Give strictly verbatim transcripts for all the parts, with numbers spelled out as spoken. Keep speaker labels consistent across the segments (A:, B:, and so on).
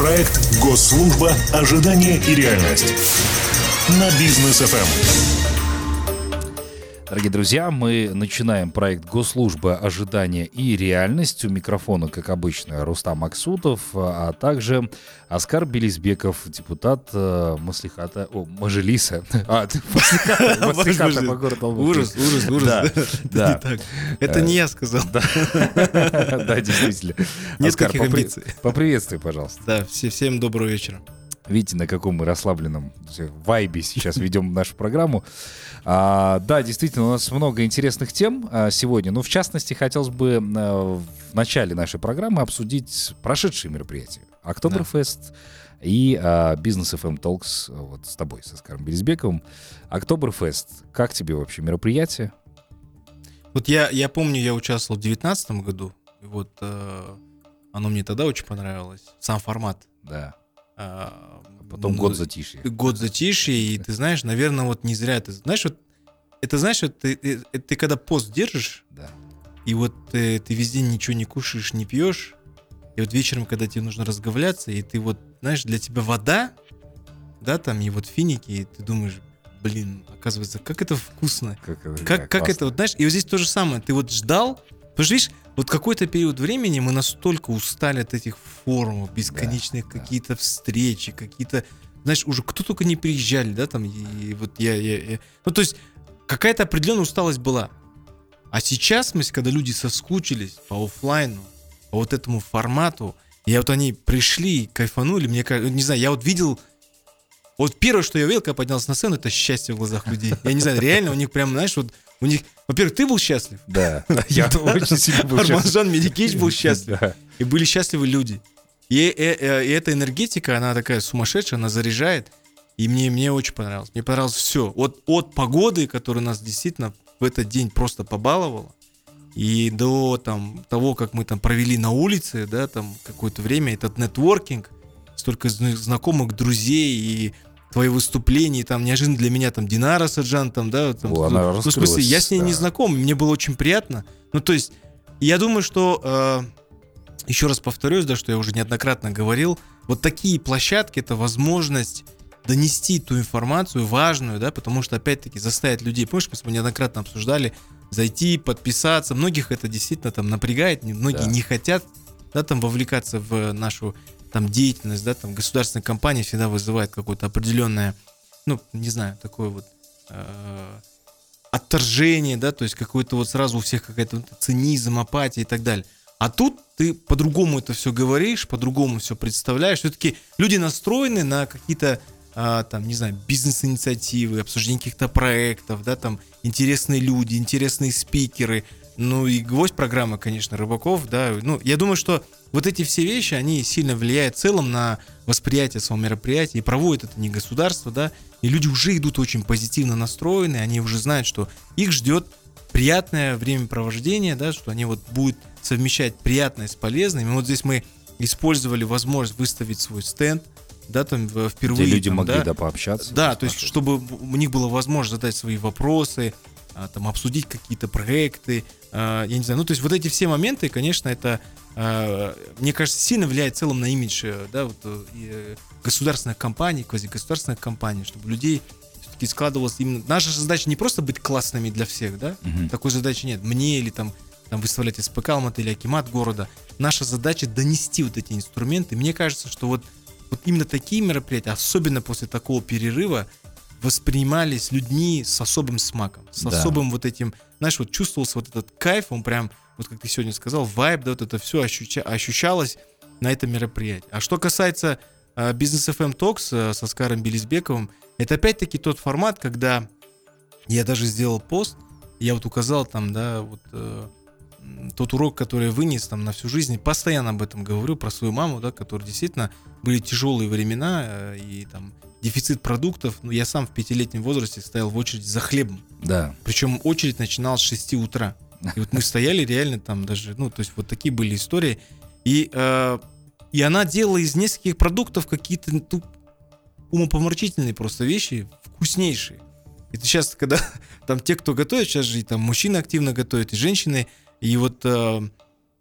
A: Проект «Госслужба. Ожидание и реальность» на Бизнес эф эм.
B: Дорогие друзья, мы начинаем проект «Госслужба. Ожидание и реальность». У микрофона, как обычно, Рустам Максутов, а также Оскар Белизбеков, депутат э, Маслихата, о, Мажилиса. А, Маслихата, Маслихата по городу Алматы.
C: Ужас, ужас, ужас.
B: Да, да.
C: Это не я сказал.
B: Да, действительно.
C: Нет
B: Оскар,
C: таких амбиций.
B: поприветствуй, пожалуйста.
C: Да, всем доброго вечера.
B: Видите, на каком мы расслабленном вайбе сейчас ведем нашу программу. А, да, действительно, у нас много интересных тем а, сегодня. Но, в частности, хотелось бы а, в начале нашей программы обсудить прошедшие мероприятия. Октоберфест да. и а, Бизнес эф эм Talks вот с тобой, с Оскаром Белизбековым. Октоберфест, как тебе вообще мероприятие?
C: Вот я, я помню, я участвовал в две тысячи девятнадцатом году. И вот э, оно мне тогда очень понравилось. Сам формат.
B: Да.
C: А,
B: Потом
C: ну,
B: год затишья.
C: Год затишья, и ты знаешь, наверное, вот не зря ты знаешь, вот это знаешь, вот ты, ты, ты когда пост держишь,
B: да.
C: и вот ты, ты весь день ничего не кушаешь, не пьешь, и вот вечером, когда тебе нужно разговляться, и ты вот, знаешь, для тебя вода, да, там, и вот финики, и ты думаешь, блин, оказывается, как это вкусно,
B: как, это,
C: как,
B: да,
C: как это, вот, знаешь, и вот здесь то же самое, ты вот ждал, потому что, видишь, вот какой-то период времени мы настолько устали от этих форумов, бесконечных да, какие-то да. встречи, какие-то, знаешь, уже кто только не приезжали, да, там, и, и вот я, я, я, ну, то есть какая-то определенная усталость была. А сейчас, мы, когда люди соскучились по офлайну, по вот этому формату, и вот они пришли, кайфанули, мне кажется, не знаю, я вот видел, вот первое, что я увидел, когда поднялся на сцену, это счастье в глазах людей. Я не знаю, реально у них прям, знаешь, вот у них, во-первых, ты был счастлив.
B: Да, я очень сильно был счастлив.
C: Арманжан Мерикич был счастлив. И были счастливы люди. И, и, и, и эта энергетика, она такая сумасшедшая, она заряжает. И мне, мне очень понравилось. Мне понравилось все. От, от погоды, которая нас действительно в этот день просто побаловала, и до там, того, как мы там провели на улице, да, там какое-то время, этот нетворкинг, столько знакомых, друзей и твои выступления, там неожиданно для меня там Динара Саджан, там, да, там,
B: О, она
C: ну, в смысле, я с ней
B: да.
C: не знаком, мне было очень приятно. Ну, то есть, я думаю, что, э, еще раз повторюсь, да, что я уже неоднократно говорил, вот такие площадки — это возможность донести ту информацию важную, да, потому что, опять-таки, заставить людей, помнишь, мы неоднократно обсуждали, зайти, подписаться, многих это действительно там напрягает, многие да. не хотят, да, там вовлекаться в нашу там деятельность, да, там государственная компания всегда вызывает какое-то определенное, ну, не знаю, такое вот э, отторжение, да, то есть какой-то вот сразу у всех какая-то вот цинизм, апатия и так далее. А тут ты по-другому это все говоришь, по-другому все представляешь. Все-таки люди настроены на какие-то, э, там, не знаю, бизнес-инициативы, обсуждение каких-то проектов, да, там интересные люди, интересные спикеры. Ну и гвоздь программы, конечно, Рыбаков, да. Ну, я думаю, что вот эти все вещи, они сильно влияют в целом на восприятие самого мероприятия. И проводит это не государство, да. И люди уже идут очень позитивно настроены, они уже знают, что их ждет приятное времяпровождение, да, что они вот будут совмещать приятное с полезным. И вот здесь мы использовали возможность выставить свой стенд, да, там впервые.
B: Где люди
C: там,
B: могли,
C: да,
B: да, пообщаться.
C: Да, то есть, чтобы у них была возможность задать свои вопросы, там, обсудить какие-то проекты, я не знаю, ну, то есть вот эти все моменты, конечно, это, мне кажется, сильно влияет в целом на имидж, да, вот, государственных компаний, квазигосударственных компаний, чтобы у людей все-таки складывалось именно... Наша задача не просто быть классными для всех, да, uh-huh. такой задачи нет, мне или там, там выставлять СПК Алматы или Акимат города, наша задача донести вот эти инструменты, мне кажется, что вот, вот именно такие мероприятия, особенно после такого перерыва, воспринимались людьми с особым смаком, с да. особым вот этим, знаешь, вот чувствовался вот этот кайф, он прям, вот как ты сегодня сказал, вайб, да, вот это все ощуща- ощущалось на этом мероприятии. А что касается э, Бизнес эф эм Talks э, с Оскаром Белизбековым, это опять-таки тот формат, когда я даже сделал пост, я вот указал там, да, вот э, тот урок, который я вынес там на всю жизнь, постоянно об этом говорю, про свою маму, да, которые действительно были тяжелые времена, э, и там дефицит продуктов. Ну, я сам в пятилетнем возрасте стоял в очереди за хлебом.
B: Да.
C: Причем очередь начиналась с шести утра. И вот мы стояли реально там даже, ну, то есть вот такие были истории. И, э, и она делала из нескольких продуктов какие-то ну, умопомрачительные просто вещи, вкуснейшие. И сейчас, когда там те, кто готовит, сейчас же и там мужчины активно готовят, и женщины, и вот э,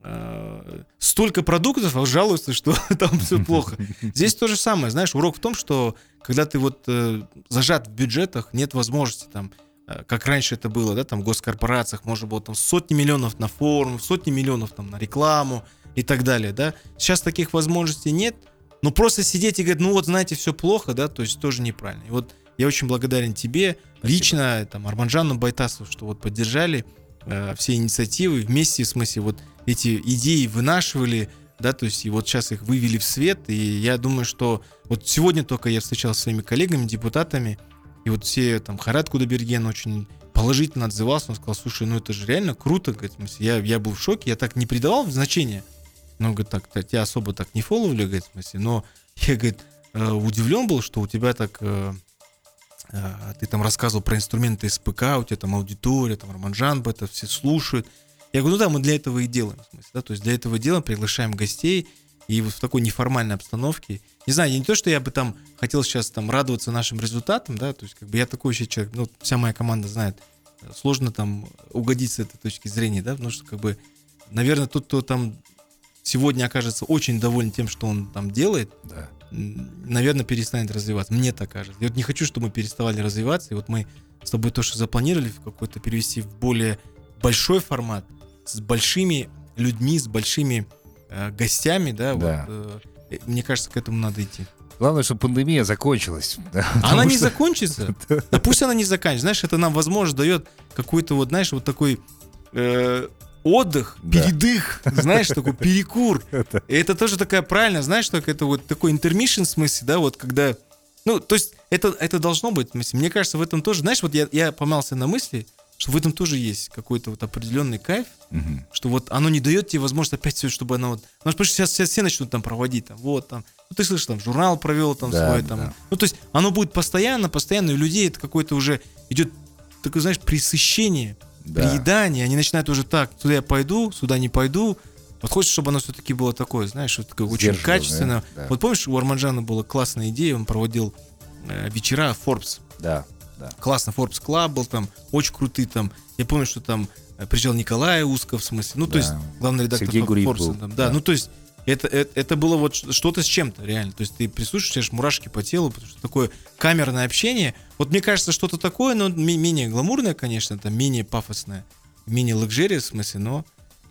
C: э, столько продуктов, а жалуются, что там все плохо. Здесь то же самое, знаешь, урок в том, что когда ты вот э, зажат в бюджетах, нет возможности там, э, как раньше это было, да, там в госкорпорациях можно было там сотни миллионов на форум, сотни миллионов там на рекламу и так далее, да. Сейчас таких возможностей нет, но просто сидеть и говорить, ну вот, знаете, все плохо, да, то есть тоже неправильно. И вот я очень благодарен тебе,
B: Спасибо.
C: лично, там, Арманжану Байтасову, что вот поддержали э, все инициативы, вместе, в смысле, вот эти идеи вынашивали, да, то есть и вот сейчас их вывели в свет, и я думаю, что вот сегодня только я встречался со своими коллегами, депутатами, и вот все, там, Хайрат Кудайберген очень положительно отзывался, он сказал, слушай, ну это же реально круто, говорит, в смысле, я, я был в шоке, я так не придавал значения, но, говорит, так, так, я особо так не фолловлю, говорит, в смысле, но я, говорит, э, удивлен был, что у тебя так... Э, ты там рассказывал про инструменты СПК, у тебя там аудитория, там Арманжан это все слушают. Я говорю, ну да, мы для этого и делаем, в смысле, да, то есть для этого делаем, приглашаем гостей, и вот в такой неформальной обстановке, не знаю, не то, что я бы там хотел сейчас там радоваться нашим результатам, да, то есть как бы я такой вообще человек, ну, вся моя команда знает, сложно там угодить с этой точки зрения, да, потому что как бы, наверное, тот, кто там сегодня окажется очень доволен тем, что он там делает,
B: Да.
C: наверное, перестанет развиваться. Мне так кажется. Я вот не хочу, чтобы мы переставали развиваться. И вот мы с тобой то, что запланировали в какой-то перевести в более большой формат, с большими людьми, с большими э, гостями, да,
B: Да.
C: Вот, э, мне кажется, к этому надо идти.
B: Главное, чтобы пандемия закончилась. Да,
C: Она
B: потому
C: не
B: что-
C: закончится. Да пусть она не заканчивается. Знаешь, это нам возможность дает какой-то вот, знаешь, вот такой э, отдых,
B: Да.
C: передых, знаешь, такой перекур. И это тоже такая правильно, знаешь, так это вот такой интермишн в смысле, да, вот когда, ну, то есть это, это должно быть, в смысле. Мне кажется, в этом тоже, знаешь, вот я, я поймался на мысли, что в этом тоже есть какой-то вот определенный кайф,
B: Мгм.
C: что вот оно не дает тебе возможность опять все, чтобы оно вот, ну, потому что сейчас, сейчас все начнут там проводить, там, вот, там, ну, ты слышишь, там, журнал провел, там,
B: Да,
C: свой, там,
B: да.
C: ну, то есть оно будет постоянно, постоянно, и у людей это какое-то уже идет такое, знаешь, пресыщение,
B: Да.
C: приедание, они начинают уже так, сюда я пойду, сюда не пойду. Вот хочется, чтобы оно все-таки было такое, знаешь, вот такое очень
B: Сдержанное,
C: качественно.
B: да.
C: Вот помнишь, у Арманжана была классная идея, он проводил э, вечера Forbes.
B: Да, да.
C: Классно, Forbes Club был там, очень крутый там. Я помню, что там э, приезжал Николай Усков, в смысле, ну,
B: Да.
C: то есть главный редактор
B: Сергей Гуриев
C: Forbes.
B: был,
C: Там, да,
B: да.
C: ну, то есть это, это, это было вот ш- что-то с чем-то, реально. То есть ты прислушиваешь, мурашки по телу, потому что такое камерное общение. Вот мне кажется, что-то такое, но ме- менее гламурное, конечно, там менее пафосное, менее лакжери, в смысле, но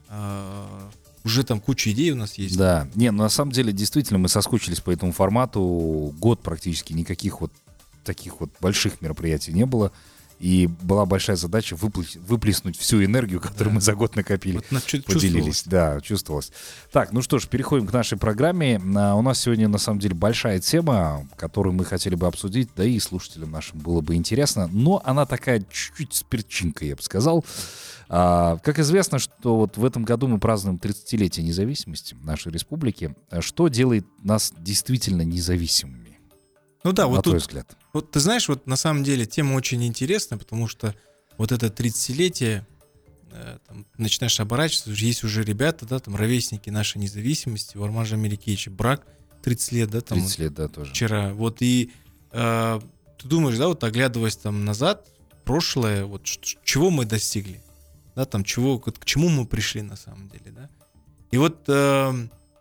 C: а, уже там куча идей у нас есть.
B: Да, не, ну на самом деле действительно мы соскучились по этому формату. Год практически никаких вот таких вот больших мероприятий не было. И была большая задача выплес- выплеснуть всю энергию, которую
C: Да.
B: мы за год накопили.
C: Вот на- чё-
B: Поделились,
C: чувствовалось.
B: да, чувствовалось. Так, ну что ж, переходим к нашей программе. А, У нас сегодня, на самом деле, большая тема, которую мы хотели бы обсудить, да и слушателям нашим было бы интересно, но она такая чуть-чуть с перчинкой, я бы сказал. А, как известно, что вот в этом году мы празднуем тридцатилетие независимости нашей республики. А Что делает нас действительно независимыми,
C: Ну да,
B: на
C: вот
B: твой
C: тут,
B: взгляд?
C: вот ты знаешь, вот на самом деле тема очень интересная, потому что вот это тридцатилетие, э, там, начинаешь оборачиваться, есть уже ребята, да, там ровесники нашей независимости, у Арманжа Мерикевича брак тридцать лет, да, там
B: тридцать лет, да, тоже.
C: вчера. Вот и э, ты думаешь, да, вот оглядываясь там назад, в прошлое, вот ш- ш- чего мы достигли, да, там чего, к к чему мы пришли на самом деле, да. И вот э,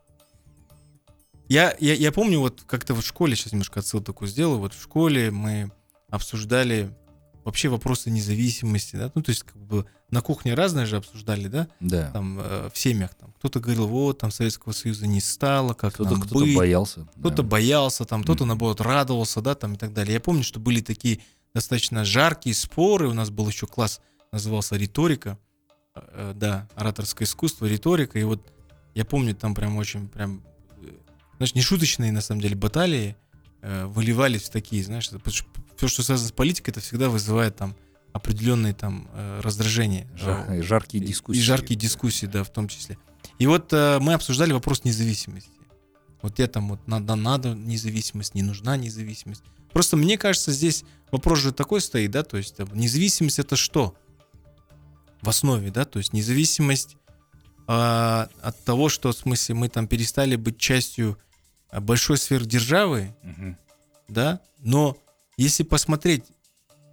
C: я, я, я помню, вот как-то вот в школе, сейчас немножко отсылку такую сделаю, вот в школе мы обсуждали вообще вопросы независимости, да, ну, то есть как бы на кухне разное же обсуждали, да,
B: Да.
C: там э, в семьях, там кто-то говорил, вот, там Советского Союза не стало, как
B: Кто-то,
C: нам
B: кто-то
C: быть.
B: боялся.
C: Кто-то
B: да.
C: боялся, там, кто-то,
B: Мгм.
C: наоборот, радовался, да, там и так далее. Я помню, что были такие достаточно жаркие споры. У нас был еще класс, назывался риторика, э, э, да, ораторское искусство, риторика. И вот я помню, там прям очень, прям, э, знаешь, нешуточные, на самом деле, баталии э, выливались в такие, знаешь, все, что связано с политикой, это всегда вызывает там определенные там э, раздражения.
B: Жар-
C: Э,
B: жаркие
C: и-
B: дискуссии.
C: И жаркие дискуссии, да, в том числе. И вот э, мы обсуждали вопрос независимости. Вот я там вот надо, надо независимость, не нужна независимость. Просто мне кажется, здесь вопрос же такой стоит, да, то есть там, независимость это что? В основе, да, то есть независимость а, от того, что в смысле мы там перестали быть частью а, большой сверхдержавы,
B: Мгм.
C: да, но если посмотреть,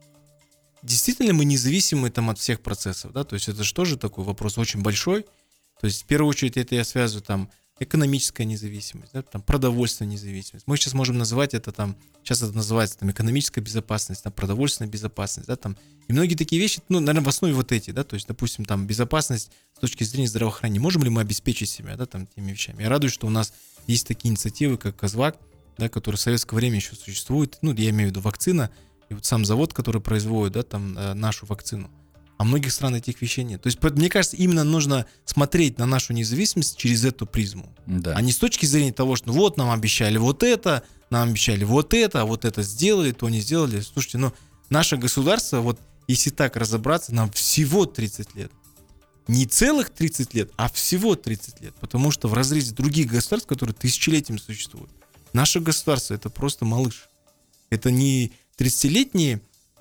C: действительно мы независимы там от всех процессов, да, то есть это же тоже такой вопрос очень большой, То есть, в первую очередь, это я связываю там экономическая независимость, да, там, продовольственная независимость. Мы сейчас можем называть это там, сейчас это называется там экономическая безопасность, там, продовольственная безопасность, да, там, и многие такие вещи, ну, наверное, в основе вот эти, да, то есть, допустим, там, безопасность с точки зрения здравоохранения. Можем ли мы обеспечить себя, да, там, теми вещами? Я радуюсь, что у нас есть такие инициативы, как Казвак, да, который в советское время еще существует, ну, я имею в виду вакцина, и вот сам завод, который производит, да, там, нашу вакцину. А в многих странах этих вещей нет. То есть, мне кажется, именно нужно смотреть на нашу независимость через эту призму.
B: Да.
C: А не с точки зрения того, что ну, вот нам обещали вот это, нам обещали вот это, а вот это сделали, то не сделали. Слушайте, ну, наше государство, вот если так разобраться, нам всего тридцать лет. Не целых тридцать лет, а всего тридцать лет. Потому что в разрезе других государств, которые тысячелетиями существуют, наше государство — это просто малыш. Это не тридцатилетние...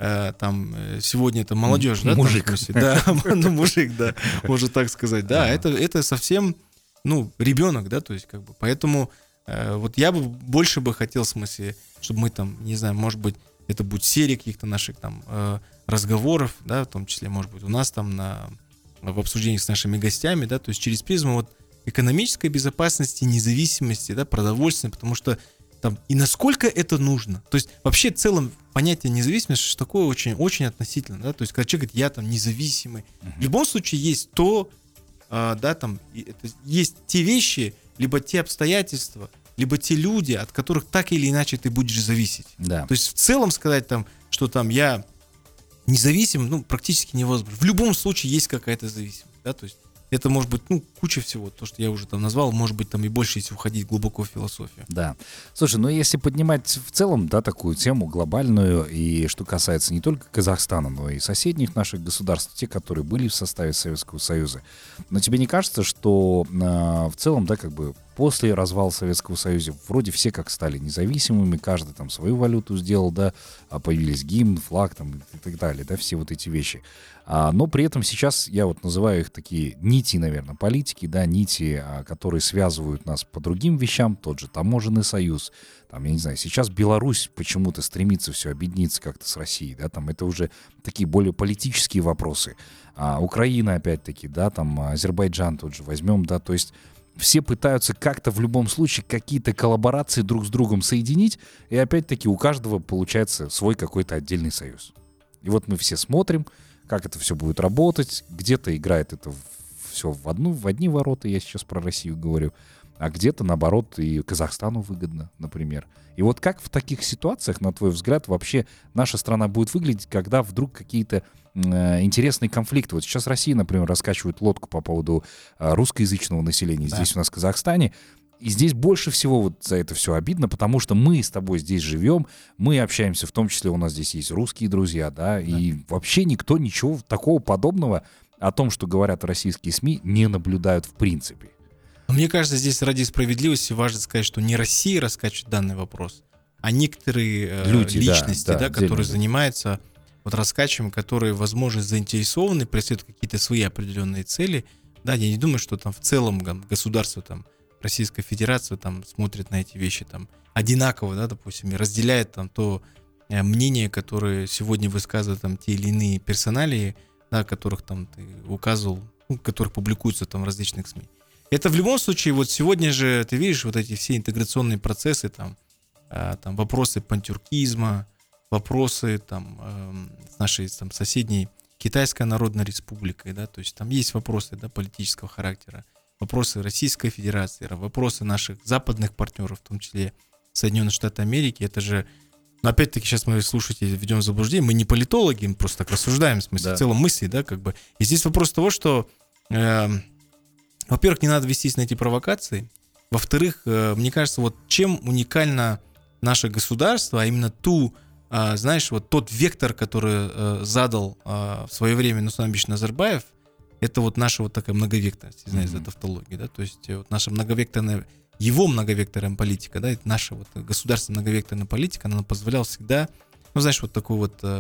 C: там сегодня это молодежь, да,
B: мужик,
C: там, да, ну мужик, да, можно так сказать, да, это это совсем, ну, ребенок, да, то есть как бы, поэтому э, вот я бы больше бы хотел, в смысле, чтобы мы там, не знаю, может быть, это будет серия каких-то наших там э, разговоров, да, в том числе, может быть, у нас там на в обсуждении с нашими гостями, да, то есть через призму вот экономической безопасности, независимости, да, продовольственной, потому что там, и насколько это нужно. То есть вообще в целом понятие независимости что такое очень, очень относительно. Да? То есть когда человек говорит, я там независимый. Uh-huh. В любом случае есть то, а, да, там, это, есть те вещи, либо те обстоятельства, либо те люди, от которых так или иначе ты будешь зависеть.
B: Да.
C: То есть в целом сказать, там, что там я независим, ну, практически невозможно. В любом случае есть какая-то зависимость. Да? То есть это может быть, ну, куча всего, то, что я уже там назвал, может быть, там и больше, если уходить глубоко в философию.
B: Да. Слушай, ну если поднимать в целом, да, такую тему глобальную, и что касается не только Казахстана, но и соседних наших государств, те, которые были в составе Советского Союза, но тебе не кажется, что э, в целом, да, как бы после развала Советского Союза вроде все как стали независимыми, каждый там свою валюту сделал, да, появились гимн, флаг там и так далее, да, все вот эти вещи. А, но при этом сейчас я вот называю их такие нити, наверное, политики, да, нити, а, которые связывают нас по другим вещам, тот же таможенный союз, там, я не знаю, сейчас Беларусь почему-то стремится все объединиться как-то с Россией, да, там это уже такие более политические вопросы. А, Украина, опять-таки, да, там Азербайджан тот же возьмем, да, то есть все пытаются как-то в любом случае какие-то коллаборации друг с другом соединить, и опять-таки у каждого получается свой какой-то отдельный союз. И вот мы все смотрим, как это все будет работать, где-то играет это все в, одну, в одни ворота, я сейчас про Россию говорю, а где-то, наоборот, и Казахстану выгодно, например. И вот как в таких ситуациях, на твой взгляд, вообще наша страна будет выглядеть, когда вдруг какие-то э, интересные конфликты? Вот сейчас Россия, например, раскачивает лодку по поводу э, русскоязычного населения да. здесь у нас в Казахстане. И здесь больше всего вот за это все обидно, потому что мы с тобой здесь живем, мы общаемся, в том числе у нас здесь есть русские друзья, да, да. и вообще никто ничего такого подобного о том, что говорят российские СМИ, не наблюдают в принципе.
C: Мне кажется, здесь ради справедливости важно сказать, что не Россия раскачивает данный вопрос, а некоторые э, Люди, личности, да, да, да, которые занимаются вот раскачиванием, которые, возможно, заинтересованы, преследуют какие-то свои определенные цели. Да, я не думаю, что там в целом государство там Российская Федерация там смотрит на эти вещи там одинаково, да, допустим, и разделяет там то э, мнение, которое сегодня высказывают там те или иные персоналии, да, которых там ты указывал, ну, которых публикуются там в различных СМИ. Это в любом случае, вот сегодня же ты видишь вот эти все интеграционные процессы, там, э, там вопросы пантюркизма, вопросы там э, с нашей там соседней Китайской Народной Республикой, да, то есть там есть вопросы, да, политического характера. Вопросы Российской Федерации, вопросы наших западных партнеров, в том числе Соединенных Штатов Америки, это же, ну, опять-таки, сейчас мы, слушайте, ведем в заблуждение, мы не политологи, мы просто так рассуждаем, в смысле, да. в целом мысли, да, как бы. И здесь вопрос того, что, э, во-первых, не надо вестись на эти провокации, во-вторых, э, мне кажется, вот чем уникально наше государство, а именно ту, э, знаешь, вот тот вектор, который э, задал э, в свое время Нурсултан Назарбаев, это вот наша вот такая многовекторность, извиняюсь за тавтологию, да, то есть вот наша многовекторная, его многовекторная политика, да, это наша вот государственная многовекторная политика, она нам позволяла всегда, ну, знаешь, вот такой вот э,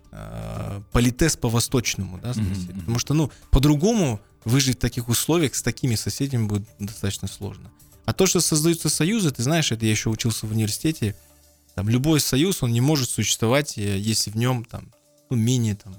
C: э, политез по-восточному, да, в смысле, mm-hmm. потому что, ну, по-другому выжить в таких условиях с такими соседями будет достаточно сложно. А то, что создаются союзы, ты знаешь, это я еще учился в университете, там любой союз, он не может существовать, если в нем там, ну, менее там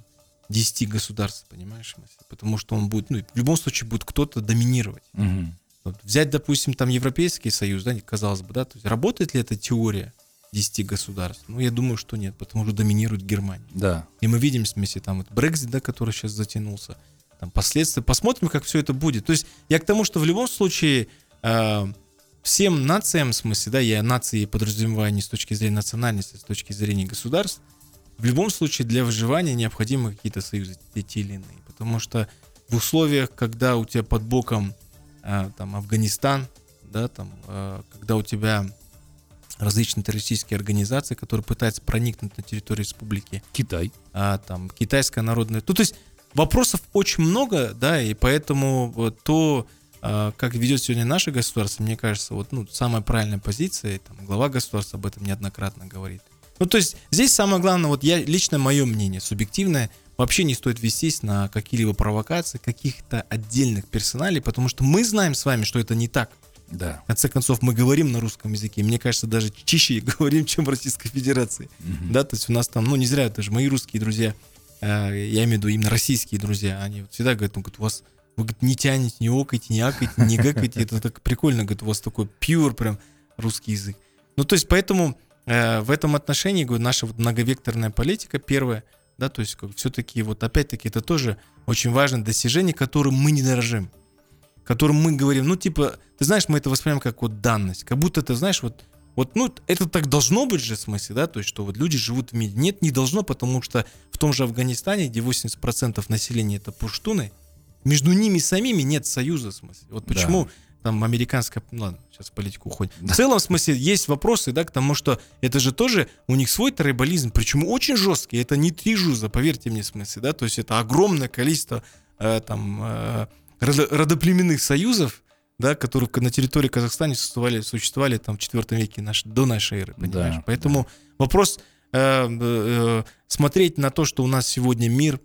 C: десяти государств, понимаешь? Потому что он будет, ну, в любом случае будет кто-то доминировать.
B: Мгм.
C: Вот взять, допустим, там Европейский Союз, да, казалось бы, да, то есть работает ли эта теория десяти государств? Ну, я думаю, что нет, потому что доминирует Германия.
B: Да.
C: И мы видим, в смысле, там вот Брексит, да, который сейчас затянулся, там последствия. Посмотрим, как все это будет. То есть я к тому, что в любом случае э, всем нациям, в смысле, да, я нации подразумеваю не с точки зрения национальности, а с точки зрения государств, в любом случае для выживания необходимы какие-то союзы, те или иные. Потому что в условиях, когда у тебя под боком э, там Афганистан, да, там, э, когда у тебя различные террористические организации, которые пытаются проникнуть на территорию республики,
B: Китай.
C: а, там, китайская народная... Ну, то есть вопросов очень много, да, и поэтому вот то, а, как ведет сегодня наше государство, мне кажется, вот, ну, самая правильная позиция, там, глава государства об этом неоднократно говорит. Ну, то есть здесь самое главное, вот я, лично мое мнение, субъективное, вообще не стоит вестись на какие-либо провокации каких-то отдельных персоналей, потому что мы знаем с вами, что это не так.
B: Да.
C: В конце концов, мы говорим на русском языке. Мне кажется, даже чище говорим, чем в Российской Федерации.
B: Мгм.
C: Да, то есть у нас там, ну, не зря, даже мои русские друзья, э, я имею в виду именно российские друзья, они вот всегда говорят, ну, говорят, у вас, вы, говорит, не тянете, не окайте, не акайте, не гэкайте. Это так прикольно, говорит, у вас такой pure прям русский язык. Ну, то есть поэтому э, в этом отношении, говорю, наша вот многовекторная политика первая, да, то есть как, все-таки вот опять-таки это тоже очень важное достижение, которым мы не дорожим. Которым мы говорим, ну, типа, ты знаешь, мы это воспринимаем как вот данность, как будто ты знаешь, вот, вот, ну, это так должно быть же, в смысле, да, то есть, что вот люди живут в мире. Нет, не должно, потому что в том же Афганистане, где восемьдесят процентов населения это пуштуны, между ними самими нет союза, в смысле. Вот почему
B: Да.
C: там американская, ну, ладно, сейчас в политику уходим. В целом, в смысле, есть вопросы, да, к тому, что это же тоже у них свой трайбализм, причем очень жесткий, это не три жуза, поверьте мне, в смысле, да, то есть это огромное количество э, там... Э, родоплеменных союзов, да, которые на территории Казахстана существовали, существовали там в четвёртом веке наш, до нашей эры, понимаешь?
B: Да,
C: Поэтому
B: да.
C: вопрос э, э, смотреть на то, что у нас сегодня мир,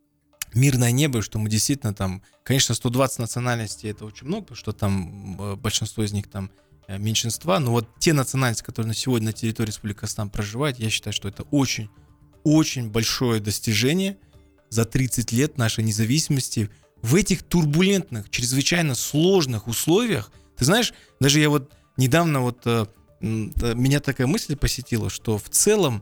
C: мирное небо, что мы действительно там, конечно, сто двадцать национальностей это очень много, потому что там э, большинство из них там э, меньшинства, но вот те национальности, которые на сегодня на территории Республики Казахстан проживают, я считаю, что это очень, очень большое достижение за тридцать лет нашей независимости. В этих турбулентных, чрезвычайно сложных условиях, ты знаешь, даже я вот недавно вот э, меня такая мысль посетила, что в целом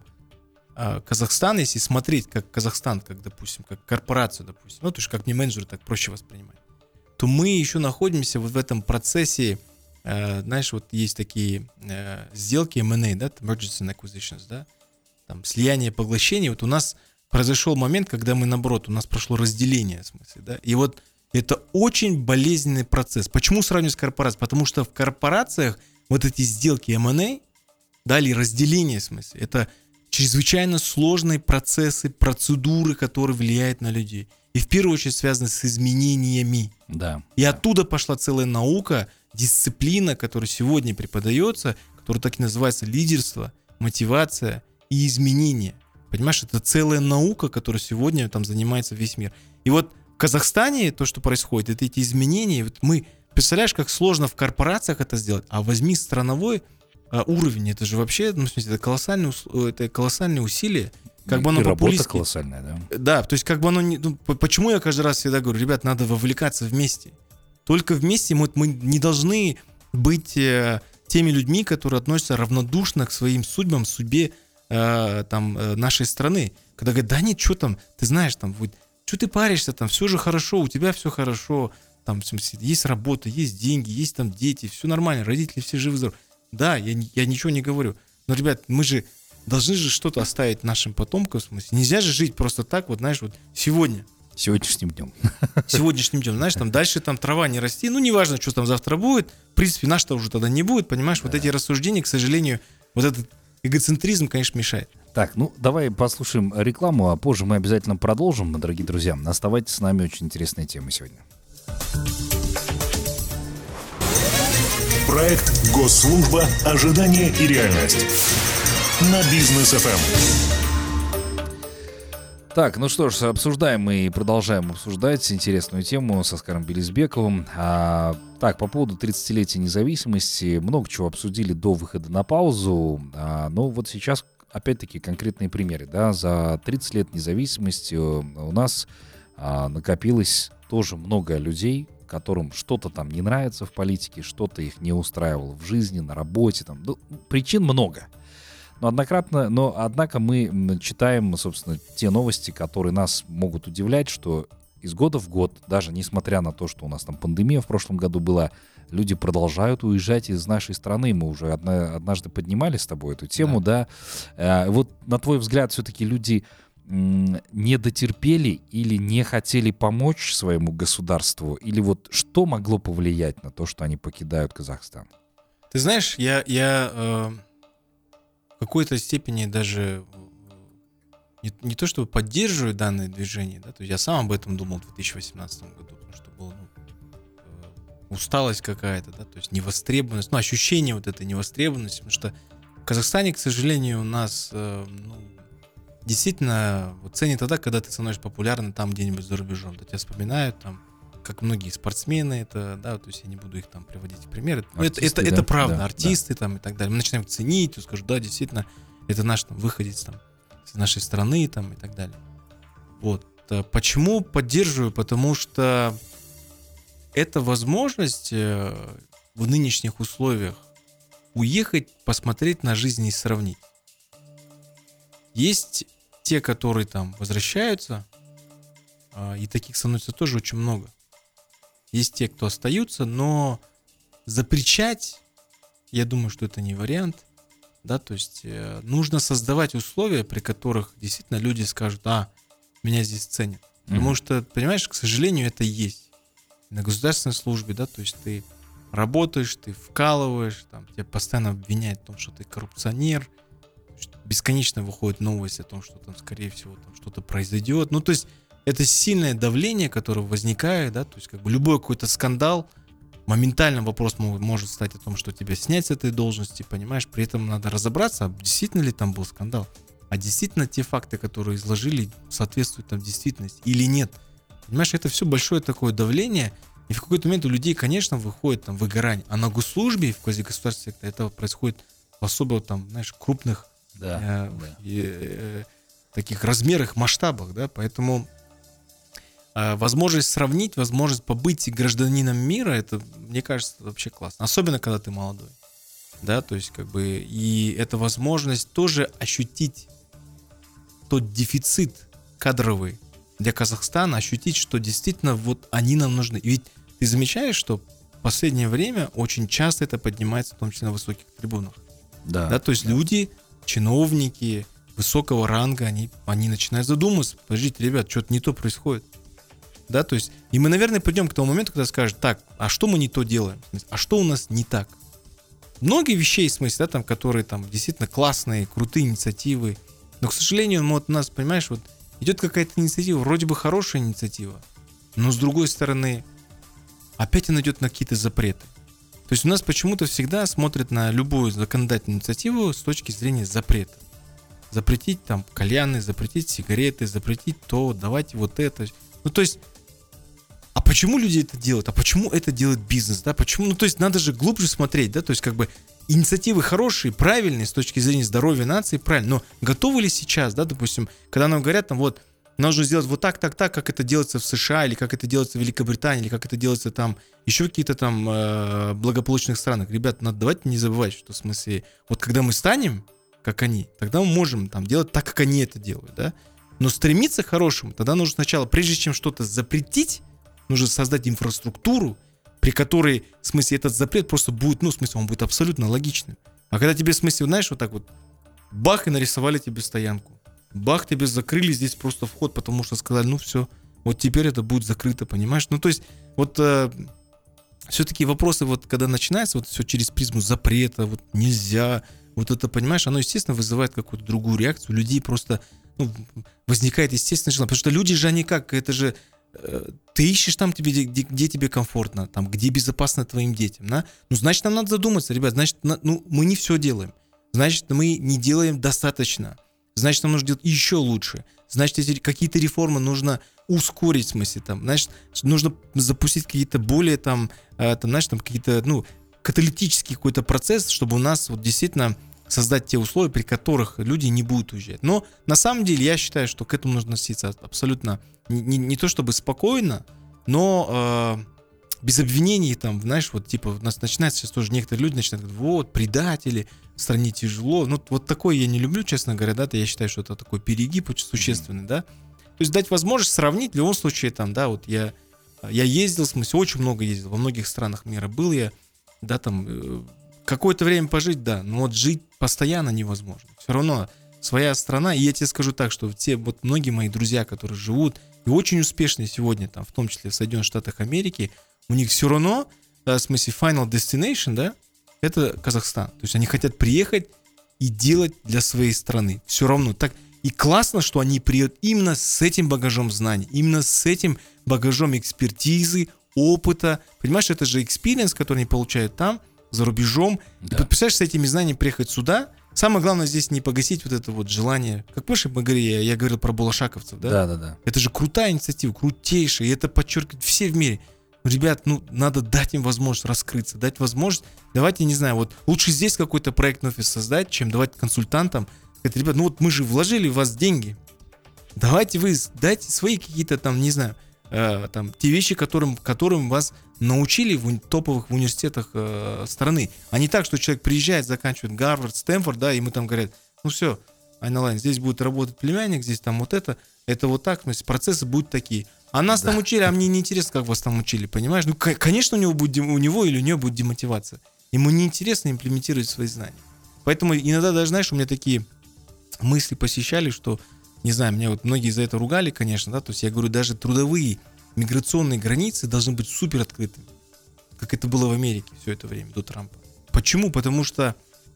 C: э, Казахстан, если смотреть как Казахстан, как, допустим, как корпорацию, допустим, ну, то есть как мне менеджеры так проще воспринимать, то мы еще находимся вот в этом процессе, э, знаешь, вот есть такие э, сделки эм энд эй, да, Mergers and Acquisitions, да, там слияние, поглощение, вот у нас произошел момент, когда мы, наоборот, у нас прошло разделение, в смысле, да, и вот это очень болезненный процесс. Почему сравнивать с корпорацией? Потому что в корпорациях вот эти сделки эм энд эй, да, или разделение, в смысле, это чрезвычайно сложные процессы, процедуры, которые влияют на людей. И в первую очередь связаны с изменениями.
B: Да.
C: И оттуда пошла целая наука, дисциплина, которая сегодня преподается, которая так и называется лидерство, мотивация и изменение. Понимаешь, это целая наука, которая сегодня там занимается весь мир. И вот в Казахстане то, что происходит, это эти изменения. Вот мы, представляешь, как сложно в корпорациях это сделать, а возьми страновой а, уровень, это же вообще, ну, в смысле, это колоссальные, это колоссальные усилия. Как бы оно
B: И работа
C: популистски.
B: колоссальная, да.
C: Да, то есть как бы оно не... Ну, почему я каждый раз всегда говорю, ребят, надо вовлекаться вместе. Только вместе мы, мы не должны быть э, теми людьми, которые относятся равнодушно к своим судьбам, судьбе э, там, э, нашей страны. Когда говорят, да нет, что там, ты знаешь, там, что ты паришься, там, все же хорошо, у тебя все хорошо, там, в смысле, есть работа, есть деньги, есть там дети, все нормально, родители все живы-здоровы. Да, я, я ничего не говорю. Но, ребят, мы же должны же что-то оставить нашим потомкам, в смысле. Нельзя же жить просто так, вот, знаешь, вот сегодня.
B: Сегодняшним днем.
C: Сегодняшним днем, знаешь, там дальше там трава не расти, ну, неважно, что там завтра будет, в принципе, наш-то уже тогда не будет, понимаешь, да. Вот эти рассуждения, к сожалению, вот этот эгоцентризм, конечно, мешает.
B: Так, ну, давай послушаем рекламу, а позже мы обязательно продолжим, дорогие друзья. Оставайтесь с нами, очень интересная тема сегодня.
A: Проект «Госслужба. Ожидание и реальность» на Бизнес эф эм.
B: Так, ну что ж, обсуждаем и продолжаем обсуждать интересную тему с Оскаром Белизбековым. А, так, по поводу тридцатилетия независимости много чего обсудили до выхода на паузу. А, но вот сейчас опять-таки, конкретные примеры. Да? За тридцать лет независимости у нас а, накопилось тоже много людей, которым что-то там не нравится в политике, что-то их не устраивало в жизни, на работе. Там. Ну, причин много. Но, однократно, но, однако, мы читаем, собственно, те новости, которые нас могут удивлять, что из года в год, даже несмотря на то, что у нас там пандемия в прошлом году была, люди продолжают уезжать из нашей страны. Мы уже одна, однажды поднимали с тобой эту тему, да. да? Вот, на твой взгляд, все-таки люди не дотерпели или не хотели помочь своему государству? Или вот что могло повлиять на то, что они покидают Казахстан?
C: Ты знаешь, я, я э, в какой-то степени даже не, не то чтобы поддерживаю данное движение, да, то есть я сам об этом думал в две тысячи восемнадцатом году, потому что была ну, э, усталость какая-то, да, то есть невостребованность, ну, ощущение вот этой невостребованности, потому что в Казахстане, к сожалению, у нас э, ну, действительно вот ценят тогда, когда ты становишься популярным там где-нибудь за рубежом. Да, тебя вспоминают там, как многие спортсмены, это, да, то есть я не буду их там приводить в примеры. Артисты, это, это, да? это правда, да, артисты да. там и так далее. Мы начинаем ценить, скажут, да, действительно, это наш там выходец там из нашей страны там и так далее. Вот. Почему поддерживаю? Потому что это возможность в нынешних условиях уехать, посмотреть на жизнь и сравнить. Есть те, которые там возвращаются, и таких становится тоже очень много. Есть те, кто остаются, но запрещать, я думаю, что это не вариант. Да, то есть нужно создавать условия, при которых действительно люди скажут, а, меня здесь ценят. Mm-hmm. Потому что, понимаешь, к сожалению, это есть. На государственной службе, да, то есть ты работаешь, ты вкалываешь, там, тебя постоянно обвиняют в том, что ты коррупционер. Бесконечно выходит новость о том, что там, скорее всего, там что-то произойдет. Ну, то есть, это сильное давление, которое возникает, да, то есть, как бы любой какой-то скандал, моментально вопрос может стать о том, что тебя снять с этой должности, понимаешь, при этом надо разобраться, а действительно ли там был скандал, а действительно те факты, которые изложили, соответствуют там действительности или нет. Понимаешь, это все большое такое давление, и в какой-то момент у людей, конечно, выходит там выгорание, а на госслужбе, в квазигосударственном секторе это происходит в особо там, знаешь, крупных Да, э, да. И, э, таких размерах, масштабах, да, поэтому э, возможность сравнить, возможность побыть гражданином мира, это, мне кажется, вообще классно, особенно когда ты молодой, да, то есть как бы и это возможность тоже ощутить тот дефицит кадровый для Казахстана, ощутить, что действительно вот они нам нужны. И ведь ты замечаешь, что в последнее время очень часто это поднимается, в том числе на высоких трибунах, да, да, то есть да. люди чиновники высокого ранга, они, они начинают задумываться, подождите, ребят, что-то не то происходит. Да, то есть, и мы, наверное, придем к тому моменту, когда скажут, так, а что мы не то делаем? А что у нас не так? Многие вещей, в смысле, да, там, которые там действительно классные, крутые инициативы, но, к сожалению, вот у нас, понимаешь, вот идет какая-то инициатива, вроде бы хорошая инициатива, но с другой стороны, опять она идет на какие-то запреты. То есть у нас почему-то всегда смотрят на любую законодательную инициативу с точки зрения запрета. Запретить там кальяны, запретить сигареты, запретить то, давайте вот это. Ну то есть, а почему люди это делают? А почему это делает бизнес? Да? Почему? Ну то есть надо же глубже смотреть, да, то есть как бы инициативы хорошие, правильные с точки зрения здоровья нации, правильно, но готовы ли сейчас, да, допустим, когда нам говорят там вот, нужно сделать вот так, так, так, как это делается в США, или как это делается в Великобритании, или как это делается там еще какие-то там э, благополучных странах. Ребят, надо давайте не забывать, что в смысле, вот когда мы станем, как они, тогда мы можем там делать так, как они это делают, да. Но стремиться к хорошему, тогда нужно сначала, прежде чем что-то запретить, нужно создать инфраструктуру, при которой, в смысле, этот запрет просто будет, ну, в смысле, он будет абсолютно логичным. А когда тебе, в смысле, знаешь, вот так вот, бах, и нарисовали тебе стоянку. Бах, тебе закрыли здесь просто вход, потому что сказали, ну все, вот теперь это будет закрыто, понимаешь? Ну то есть вот э, все-таки вопросы, вот когда начинается вот все через призму запрета, вот нельзя, вот это, понимаешь, оно, естественно, вызывает какую-то другую реакцию. У людей просто ну, возникает естественное желание, потому что люди же, они как, это же, э, ты ищешь там, тебе, где, где тебе комфортно, там, где безопасно твоим детям, да? Ну значит, нам надо задуматься, ребят, значит, на, ну мы не все делаем, значит, мы не делаем достаточно. Значит, нам нужно делать еще лучше. Значит, эти какие-то реформы нужно ускорить, в смысле, там, значит, нужно запустить какие-то более там, э, там знаешь, там какие-то, ну, каталитический какой-то процесс, чтобы у нас вот действительно создать те условия, при которых люди не будут уезжать. Но на самом деле я считаю, что к этому нужно относиться абсолютно не, не, не то чтобы спокойно, но э, без обвинений, там, знаешь, вот типа у нас начинается сейчас тоже некоторые люди начинают говорить, вот, предатели, в стране тяжело. Ну, вот такое я не люблю, честно говоря, да, я считаю, что это такой перегиб очень существенный, да. То есть дать возможность сравнить в любом случае, там, да, вот я, я ездил, в смысле, очень много ездил, во многих странах мира был я, да, там, э, какое-то время пожить, да, но вот жить постоянно невозможно. Все равно своя страна, и я тебе скажу так, что те вот многие мои друзья, которые живут и очень успешные сегодня, там, в том числе в Соединенных Штатах Америки, у них все равно, в смысле, final destination, да, это Казахстан. То есть они хотят приехать и делать для своей страны. Все равно так. И классно, что они приедут именно с этим багажом знаний, именно с этим багажом экспертизы, опыта. Понимаешь, это же экспириенс, который они получают там, за рубежом. Да. И представляешь, с этими знаниями приехать сюда. Самое главное здесь не погасить вот это вот желание. Как помнишь, мы говорили, я, я говорил про балашаковцев, да?
B: Да, да, да.
C: Это же крутая инициатива, крутейшая. И это подчеркивают все в мире. Ребят, ну, надо дать им возможность раскрыться, дать возможность, давайте, не знаю, вот лучше здесь какой-то проектный офис создать, чем давать консультантам, сказать, ребят, ну вот мы же вложили в вас деньги, давайте вы дайте свои какие-то там, не знаю, э, там, те вещи, которым, которым вас научили в топовых университетах э, страны, а не так, что человек приезжает, заканчивает Гарвард, Стэнфорд, да, и ему там говорят, ну все, Айналайн, здесь будет работать племянник, здесь там вот это, это вот так, то есть процессы будут такие. А нас да. там учили, а мне не интересно, как вас там учили, понимаешь? Ну, к- конечно, у него, будет, у него или у нее будет демотивация. Ему неинтересно имплементировать свои знания. Поэтому иногда даже, знаешь, у меня такие мысли посещали, что, не знаю, меня вот многие за это ругали, конечно, да, то есть я говорю, даже трудовые миграционные границы должны быть супер открытыми, как это было в Америке все это время, до Трампа. Почему? Потому что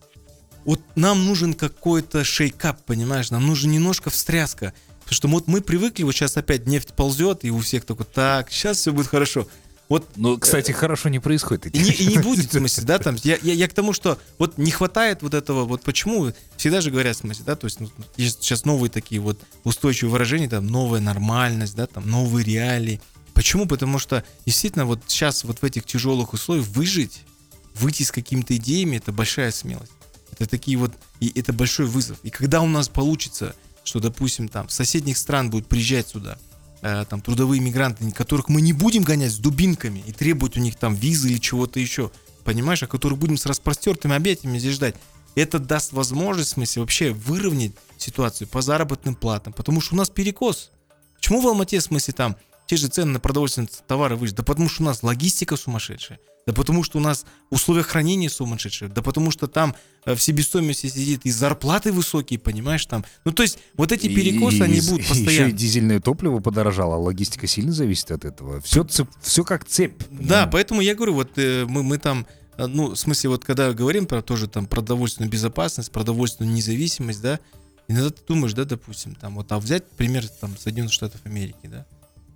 C: вот нам нужен какой-то шейкап, понимаешь, нам нужен немножко встряска. Потому что вот мы привыкли, вот сейчас опять нефть ползет, и у всех такой, так, сейчас все будет хорошо. Вот,
B: ну, кстати, э, хорошо не происходит.
C: И не, и не будет, в смысле, да, там, я, я, я к тому, что вот не хватает вот этого, вот почему, всегда же говорят, в смысле, да, то есть ну, есть сейчас новые такие вот устойчивые выражения, там, новая нормальность, да, там, новые реалии. Почему? Потому что действительно вот сейчас вот в этих тяжелых условиях выжить, выйти с какими-то идеями, это большая смелость. Это такие вот, и это большой вызов. И когда у нас получится, что, допустим, там, с соседних стран будут приезжать сюда, э, там, трудовые мигранты, которых мы не будем гонять с дубинками и требовать у них там визы или чего-то еще, понимаешь, а которых будем с распростертыми объятиями здесь ждать, это даст возможность, в смысле, вообще выровнять ситуацию по заработным платам, потому что у нас перекос. Почему в Алмате, в смысле, там, те же цены на продовольственные товары выше? Да потому что у нас логистика сумасшедшая, да потому что у нас условия хранения сумасшедшие, да потому что там в себестоимости сидит и зарплаты высокие, понимаешь, там. Ну, то есть, вот эти перекосы, и, они будут и, постоянно.
B: Еще и дизельное топливо подорожало, а логистика сильно зависит от этого. Все, цеп, все как цепь.
C: Да, ну. Поэтому я говорю, вот э, мы, мы там, ну, в смысле, вот когда говорим про тоже там продовольственную безопасность, продовольственную независимость, да, иногда ты думаешь, да, допустим, там, вот, а взять пример там Соединенных Штатов Америки, да,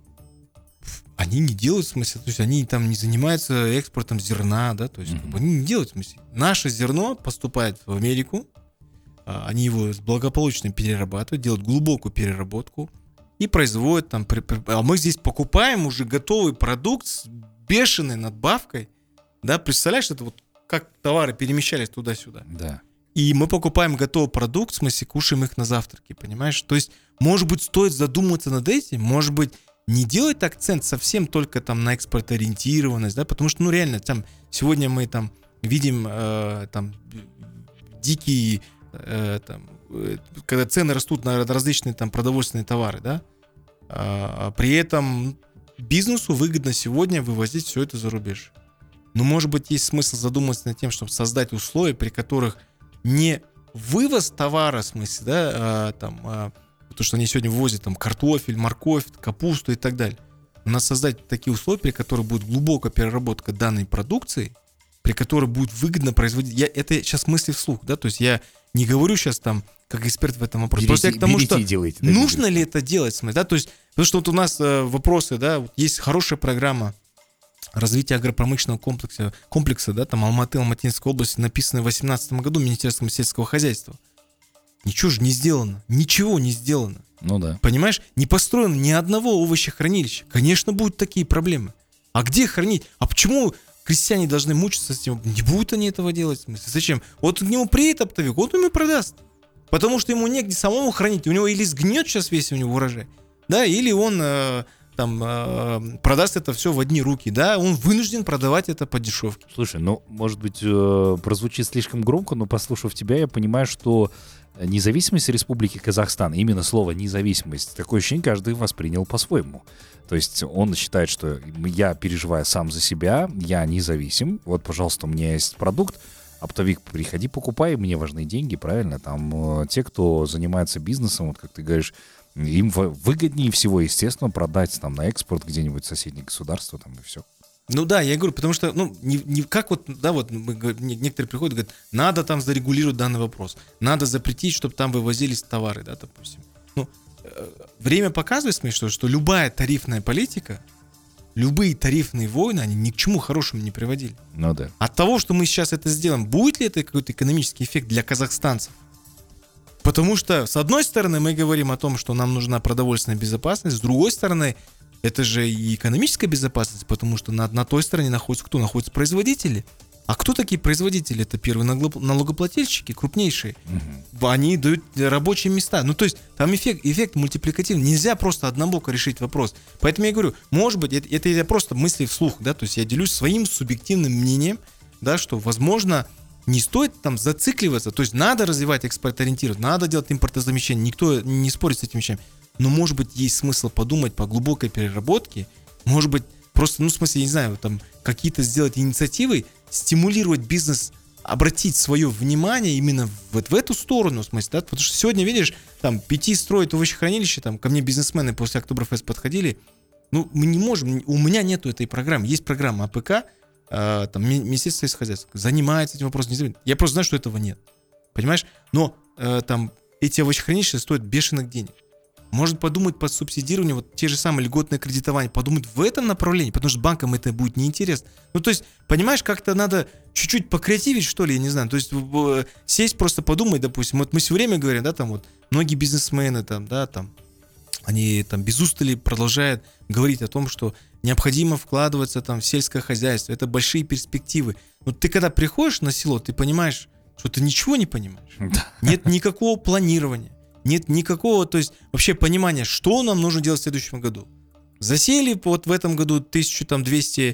C: они не делают, в смысле, то есть они там не занимаются экспортом зерна, да, то есть mm-hmm. они не делают, в смысле. Наше зерно поступает в Америку, они его благополучно перерабатывают, делают глубокую переработку и производят там, а мы здесь покупаем уже готовый продукт с бешеной надбавкой, да, представляешь, это вот как товары перемещались туда-сюда.
B: Да.
C: И мы покупаем готовый продукт, в смысле, кушаем их на завтраки, понимаешь? То есть, может быть, стоит задуматься над этим, может быть, не делать акцент совсем только там на экспорт-ориентированность, да, потому что, ну, реально, там, сегодня мы там видим э, там дикие, э, там, э, когда цены растут на различные там продовольственные товары, да, а при этом бизнесу выгодно сегодня вывозить все это за рубеж. Но, может быть, есть смысл задуматься над тем, чтобы создать условия, при которых не вывоз товара, в смысле, да, а, там, а, потому что они сегодня вывозят там картофель, морковь, капусту и так далее. У нас создать такие условия, при которых будет глубокая переработка данной продукции, при которой будет выгодно производить. Я, это сейчас мысли вслух, да, то есть я не говорю сейчас там как эксперт в этом вопросе. Просто я к тому, что
B: делайте, да,
C: нужно
B: делайте.
C: ли это делать, смысл, да, то есть, потому что вот у нас э, вопросы, да, вот есть хорошая программа развития агропромышленного комплекса, комплекса, да, там Алматы, Алматинской области, написанная в две тысячи восемнадцатом году Министерством сельского хозяйства. Ничего же не сделано. Ничего не сделано.
B: Ну да.
C: Понимаешь? Не построено ни одного овощехранилища. Конечно, будут такие проблемы. А где хранить? А почему крестьяне должны мучиться с этим. Не будут они этого делать. В смысле, зачем? Вот к нему приедет оптовик, вот он ему продаст. Потому что ему негде самому хранить. У него или сгнет сейчас весь у него урожай, да, или он э, там э, продаст это все в одни руки, да, он вынужден продавать это по дешевке.
B: Слушай, ну, может быть, э, прозвучит слишком громко, но, послушав тебя, я понимаю, что независимость Республики Казахстан, именно слово «независимость», такое ощущение каждый воспринял по-своему. То есть он считает, что я переживаю сам за себя, я независим, вот, пожалуйста, у меня есть продукт, оптовик, приходи, покупай, мне важны деньги, правильно? Там э, те, кто занимается бизнесом, вот как ты говоришь, им выгоднее всего, естественно, продать там на экспорт где-нибудь в соседнее государство, там, и все.
C: Ну да, я говорю, потому что, ну, не, не как вот, да, вот мы, некоторые приходят и говорят, надо там зарегулировать данный вопрос, надо запретить, чтобы там вывозились товары, да, допустим. Ну, э, время показывает, смотри, что, что любая тарифная политика, любые тарифные войны, они ни к чему хорошему не приводили.
B: Ну да.
C: От того, что мы сейчас это сделаем, будет ли это какой-то экономический эффект для казахстанцев? Потому что, с одной стороны, мы говорим о том, что нам нужна продовольственная безопасность, с другой стороны, это же и экономическая безопасность, потому что на, на той стороне находятся кто? Находятся производители. А кто такие производители? Это первые налогоплательщики, крупнейшие. Угу. Они дают рабочие места. Ну, то есть, там эффект, эффект мультипликативный. Нельзя просто однобоко решить вопрос. Поэтому я говорю, может быть, это, это я просто мысли вслух, да, то есть я делюсь своим субъективным мнением, да, что, возможно, не стоит там зацикливаться. То есть, надо развивать экспорт-ориентированность, надо делать импортозамещение. Никто не спорит с этими вещами. Но, может быть, есть смысл подумать по глубокой переработке. Может быть, просто, ну, в смысле, я не знаю, там, какие-то сделать инициативы, стимулировать бизнес, обратить свое внимание именно вот в эту сторону, в смысле, да, потому что сегодня, видишь, там, Пяти строит овощехранилище, там, ко мне бизнесмены после Октоберфест подходили, ну, мы не можем, у меня нету этой программы, есть программа АПК, э, там, Министерство сельскохозяйства, занимается этим вопросом, я просто знаю, что этого нет, понимаешь, но э, там, эти овощехранилища стоят бешеных денег. Может подумать под субсидирование, вот те же самые льготные кредитования, подумать в этом направлении, потому что банкам это будет неинтересно. Ну, то есть, понимаешь, как-то надо чуть-чуть покреативить, что ли, я не знаю. То есть, сесть, просто подумать, допустим. Вот мы все время говорим, да, там вот, многие бизнесмены, там, да, там, они там без устали продолжают говорить о том, что необходимо вкладываться там в сельское хозяйство. Это большие перспективы. Но ты когда приходишь на село, ты понимаешь, что ты ничего не понимаешь. Нет никакого планирования. Нет никакого, то есть вообще понимания, что нам нужно делать в следующем году. Засеяли вот в этом году тысяча двести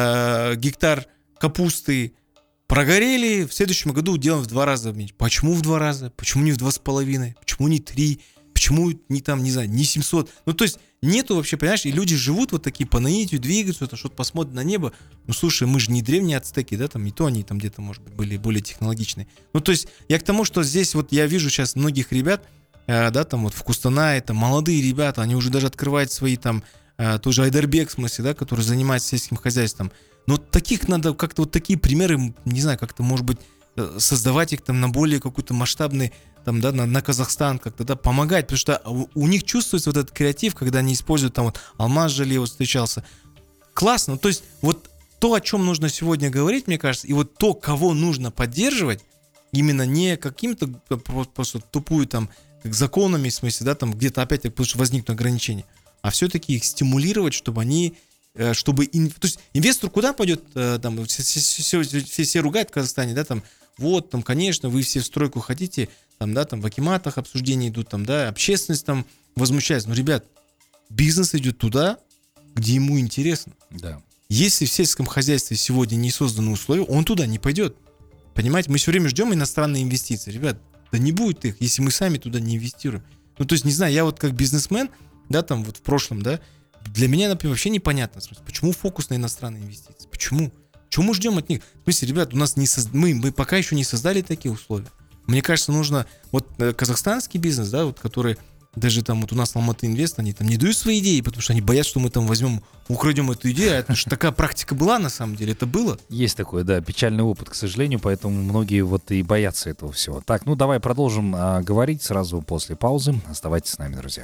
C: э, гектар капусты, прогорели, в следующем году делаем в два раза меньше. Почему в два раза? Почему не в два с половиной? Почему не три? Почему не там, не знаю, не семьсот? Ну, то есть нету вообще, понимаешь, и люди живут вот такие по наитию, двигаются, там, что-то посмотрят на небо. Ну, слушай, мы же не древние ацтеки, да, там, и то они там где-то, может быть, были более технологичные. Ну, то есть я к тому, что здесь вот я вижу сейчас многих ребят, да, там вот в Кустанае, там молодые ребята, они уже даже открывают свои там, тоже Айдарбек, в смысле, да, который занимается сельским хозяйством. Но таких надо как-то вот такие примеры, не знаю, как-то, может быть, создавать их там на более какой-то масштабный, там, да, на, на Казахстан, как-то, да, помогать, потому что у, у них чувствуется вот этот креатив, когда они используют там вот Алмаз Жалиев встречался. Классно, то есть вот то, о чем нужно сегодня говорить, мне кажется, и вот то, кого нужно поддерживать, именно не каким-то просто тупую там как законами, в смысле, да, там где-то опять потому что возникнут ограничения, а все-таки их стимулировать, чтобы они, чтобы, ин... то есть инвестор куда пойдет, там, все, все, все, все ругают в Казахстане, да, там, вот, там, конечно, вы все в стройку хотите, там, да, там, в акиматах обсуждения идут, там, да, общественность там возмущается, но, ребят, бизнес идет туда, где ему интересно.
B: Да.
C: Если в сельском хозяйстве сегодня не созданы условия, он туда не пойдет. Понимаете, мы все время ждем иностранные инвестиции, ребят. Да не будет их, если мы сами туда не инвестируем. Ну, то есть, не знаю, я вот как бизнесмен, да, там вот в прошлом, да, для меня, например, вообще непонятно, почему фокус на иностранные инвестиции, почему? Чего мы ждем от них? В смысле, ребят, у нас не соз... мы, мы пока еще не создали такие условия. Мне кажется, нужно, вот казахстанский бизнес, да, вот который даже там вот у нас Алматы Инвест, они там не дают свои идеи, потому что они боятся, что мы там возьмем, украдем эту идею, а это же такая практика была на самом деле, это было.
B: Есть такой, да, печальный опыт, к сожалению, поэтому многие вот и боятся этого всего. Так, ну давай продолжим а, говорить сразу после паузы. Оставайтесь с нами, друзья.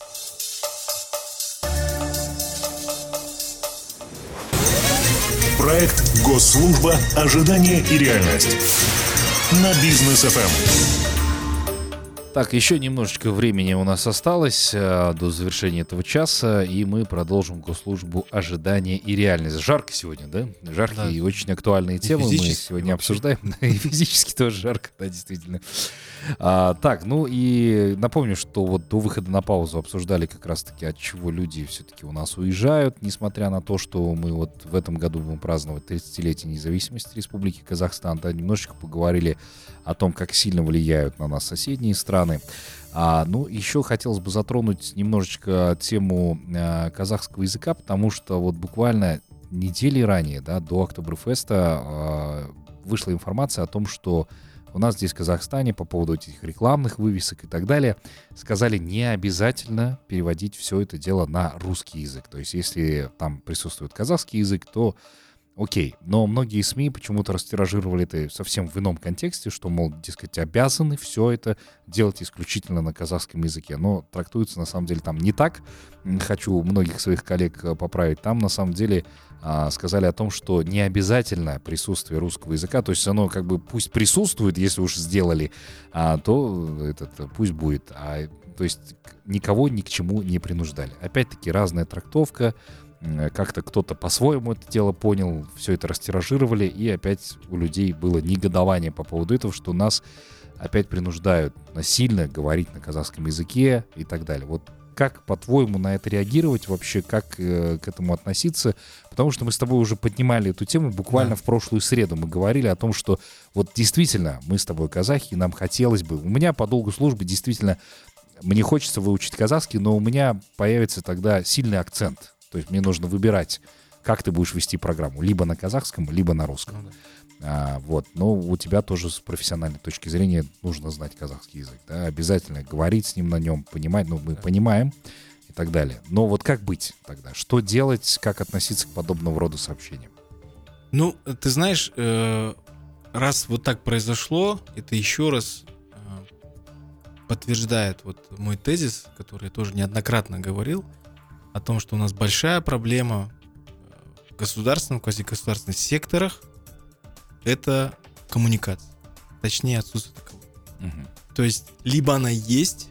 A: Проект «Госслужба. Ожидание и реальность» на Бизнес эф эм.
B: Так, еще немножечко времени у нас осталось э, до завершения этого часа, и мы продолжим госслужбу ожидания и реальность. Жарко сегодня, да? Жаркие
C: Да.
B: и очень актуальные
C: И
B: темы мы
C: физически
B: сегодня
C: вообще.
B: обсуждаем. И физически тоже жарко, да, действительно. А, так, ну и напомню, что вот до выхода на паузу обсуждали как раз-таки, от чего люди все-таки у нас уезжают, несмотря на то, что мы вот в этом году будем праздновать тридцатилетие независимости Республики Казахстан, да, немножечко поговорили о том, как сильно влияют на нас соседние страны. А, ну, еще хотелось бы затронуть немножечко тему а, казахского языка, потому что вот буквально недели ранее, да, до Октоберфеста а, вышла информация о том, что у нас здесь в Казахстане по поводу этих рекламных вывесок и так далее сказали не обязательно переводить все это дело на русский язык. То есть если там присутствует казахский язык, то окей. Но многие СМИ почему-то растиражировали это совсем в ином контексте, что, мол, дескать, обязаны все это делать исключительно на казахском языке. Но трактуется на самом деле там не так. Хочу многих своих коллег поправить. Там на самом деле а, сказали о том, что не обязательно присутствие русского языка. То есть оно как бы пусть присутствует, если уж сделали, а, то этот, пусть будет. А, то есть никого ни к чему не принуждали. Опять-таки разная трактовка. Как-то кто-то по-своему это дело понял, все это растиражировали, и опять у людей было негодование по поводу этого, что нас опять принуждают насильно говорить на казахском языке и так далее. Вот как, по-твоему, на это реагировать вообще, как э, к этому относиться? Потому что мы с тобой уже поднимали эту тему буквально
C: Да.
B: в прошлую среду. Мы говорили о том, что вот действительно мы с тобой казахи, и нам хотелось бы... У меня по долгу службы действительно... Мне хочется выучить казахский, но у меня появится тогда сильный акцент. То есть мне нужно выбирать, как ты будешь вести программу. Либо на казахском, либо на русском.
C: Ну да.
B: А, вот. Но у тебя тоже с профессиональной точки зрения нужно знать казахский язык. Да? Обязательно говорить с ним на нем, понимать. Ну, мы
C: Да.
B: понимаем и так далее. Но вот как быть тогда? Что делать, как относиться к подобного рода сообщениям?
C: Ну, ты знаешь, э, раз вот так произошло, это еще раз э, подтверждает вот мой тезис, который я тоже неоднократно говорил, о том, что у нас большая проблема в государственном, квазигосударственных секторах — это коммуникация. Точнее, отсутствие таковой.
B: Мгм.
C: То есть, либо она есть,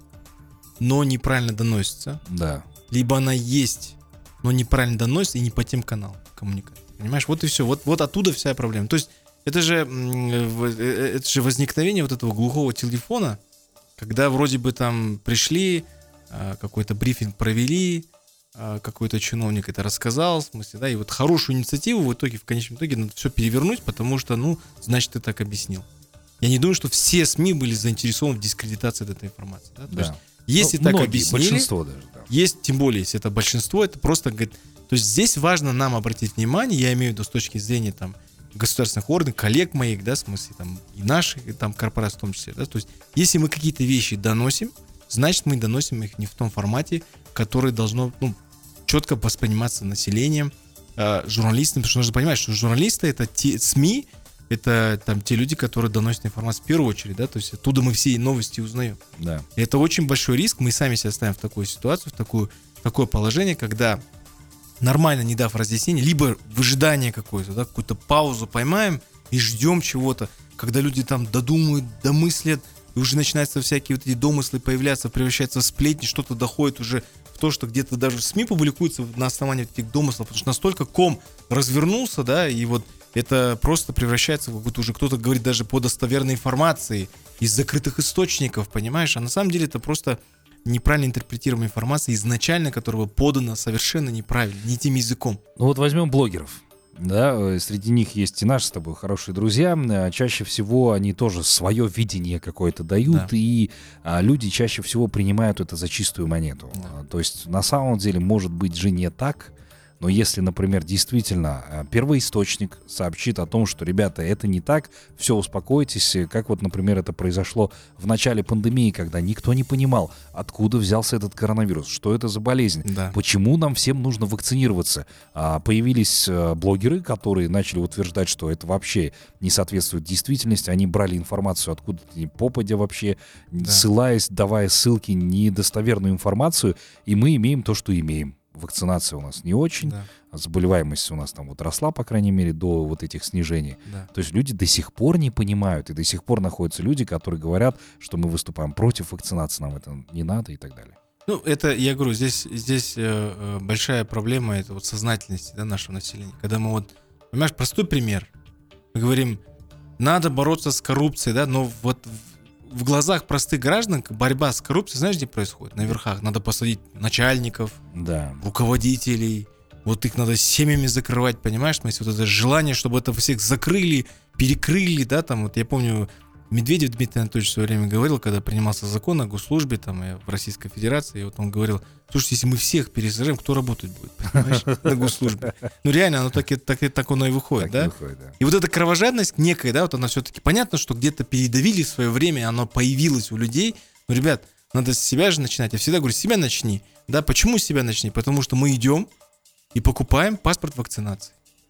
C: но неправильно доносится,
B: Да.
C: либо она есть, но неправильно доносится и не по тем каналам коммуникации. Понимаешь? Вот и все. Вот, вот оттуда вся проблема. То есть, это же, м, в- э, это же возникновение вот этого глухого телефона, когда вроде бы там пришли, а, какой-то брифинг провели, а, какой-то чиновник это рассказал, в смысле, да, и вот хорошую инициативу в итоге, в конечном итоге надо все перевернуть, потому что, ну, значит, ты так объяснил. Я не думаю, что все СМИ были заинтересованы в дискредитации этой информации. Да? То
B: Да.
C: есть, если
B: Ну,
C: так
B: многие,
C: объяснили,
B: большинство даже, да.
C: есть, тем более, если это большинство, это просто, говорит, то есть здесь важно нам обратить внимание, я имею в виду с точки зрения там государственных органов, коллег моих, да, в смысле там и наших, и там корпораций в том числе, да, то есть если мы какие-то вещи доносим, значит мы доносим их не в том формате, который должно, ну, четко восприниматься населением, э, журналистами, потому что нужно понимать, что журналисты — это те СМИ, это там те люди, которые доносят информацию в первую очередь, да, то есть оттуда мы все новости узнаем.
B: Да.
C: И это очень большой риск, мы сами себя ставим в такую ситуацию, в такую, в такое положение, когда нормально не дав разъяснений, либо в ожидании какой-то, да, какую-то паузу поймаем и ждем чего-то, когда люди там додумают, домыслят, и уже начинаются всякие вот эти домыслы появляться, превращаются в сплетни, что-то доходит уже в то, что где-то даже в СМИ публикуется на основании этих домыслов, потому что настолько ком развернулся, да, и вот это просто превращается в какую-то уже, кто-то говорит даже по достоверной информации из закрытых источников, понимаешь, а на самом деле это просто неправильно интерпретируемая информация изначально, которая была подана совершенно неправильно, не тем языком.
B: Ну вот возьмем блогеров. Да, э, среди них есть и наши с тобой хорошие друзья. Э, Чаще всего они тоже свое видение какое-то дают,
C: Да.
B: и а, люди чаще всего принимают это за чистую монету.
C: Да.
B: А, То есть на самом деле может быть же не так, но если, например, действительно а, первоисточник сообщит о том, что, ребята, это не так, все, успокойтесь, э, как вот, например, это произошло в начале пандемии, когда никто не понимал, откуда взялся этот коронавирус, что это за болезнь.
C: Да.
B: Почему нам всем нужно вакцинироваться? А, появились а, блогеры, которые начали утверждать, что это вообще не соответствует действительности. Они брали информацию откуда-то ни попадя вообще,
C: Да.
B: ссылаясь, давая ссылки, недостоверную информацию, и мы имеем то, что имеем. вакцинация у нас не очень,
C: Да.
B: заболеваемость у нас там вот росла, по крайней мере, до вот этих снижений.
C: Да.
B: То есть люди до сих пор не понимают, и до сих пор находятся люди, которые говорят, что мы выступаем против вакцинации, нам это не надо и так далее.
C: Ну, это, я говорю, здесь, здесь э, э, большая проблема это вот сознательности, да, нашего населения. Когда мы вот, понимаешь, простой пример. Мы говорим, надо бороться с коррупцией, да, но вот в, в глазах простых граждан борьба с коррупцией, знаешь, где происходит? На верхах. Надо посадить начальников,
B: Да.
C: руководителей, вот их надо семьями закрывать, понимаешь? То есть вот это желание, чтобы это всех закрыли, перекрыли, да, там, вот я помню, Медведев Дмитрий Анатольевич в свое время говорил, когда принимался закон о госслужбе там, и в Российской Федерации, и вот он говорил, слушайте, если мы всех пересажаем, кто работать будет, понимаешь, на госслужбе? Ну реально, оно так и, так, и, так оно и выходит,
B: Так
C: да?
B: выходит, да.
C: И вот эта кровожадность некая, да, вот она все-таки, понятно, что где-то передавили в свое время, оно появилось у людей, но, ребят, надо с себя же начинать, я всегда говорю, с себя начни, да, почему с себя начни? Потому что мы идем и покупаем паспорт вакцинации.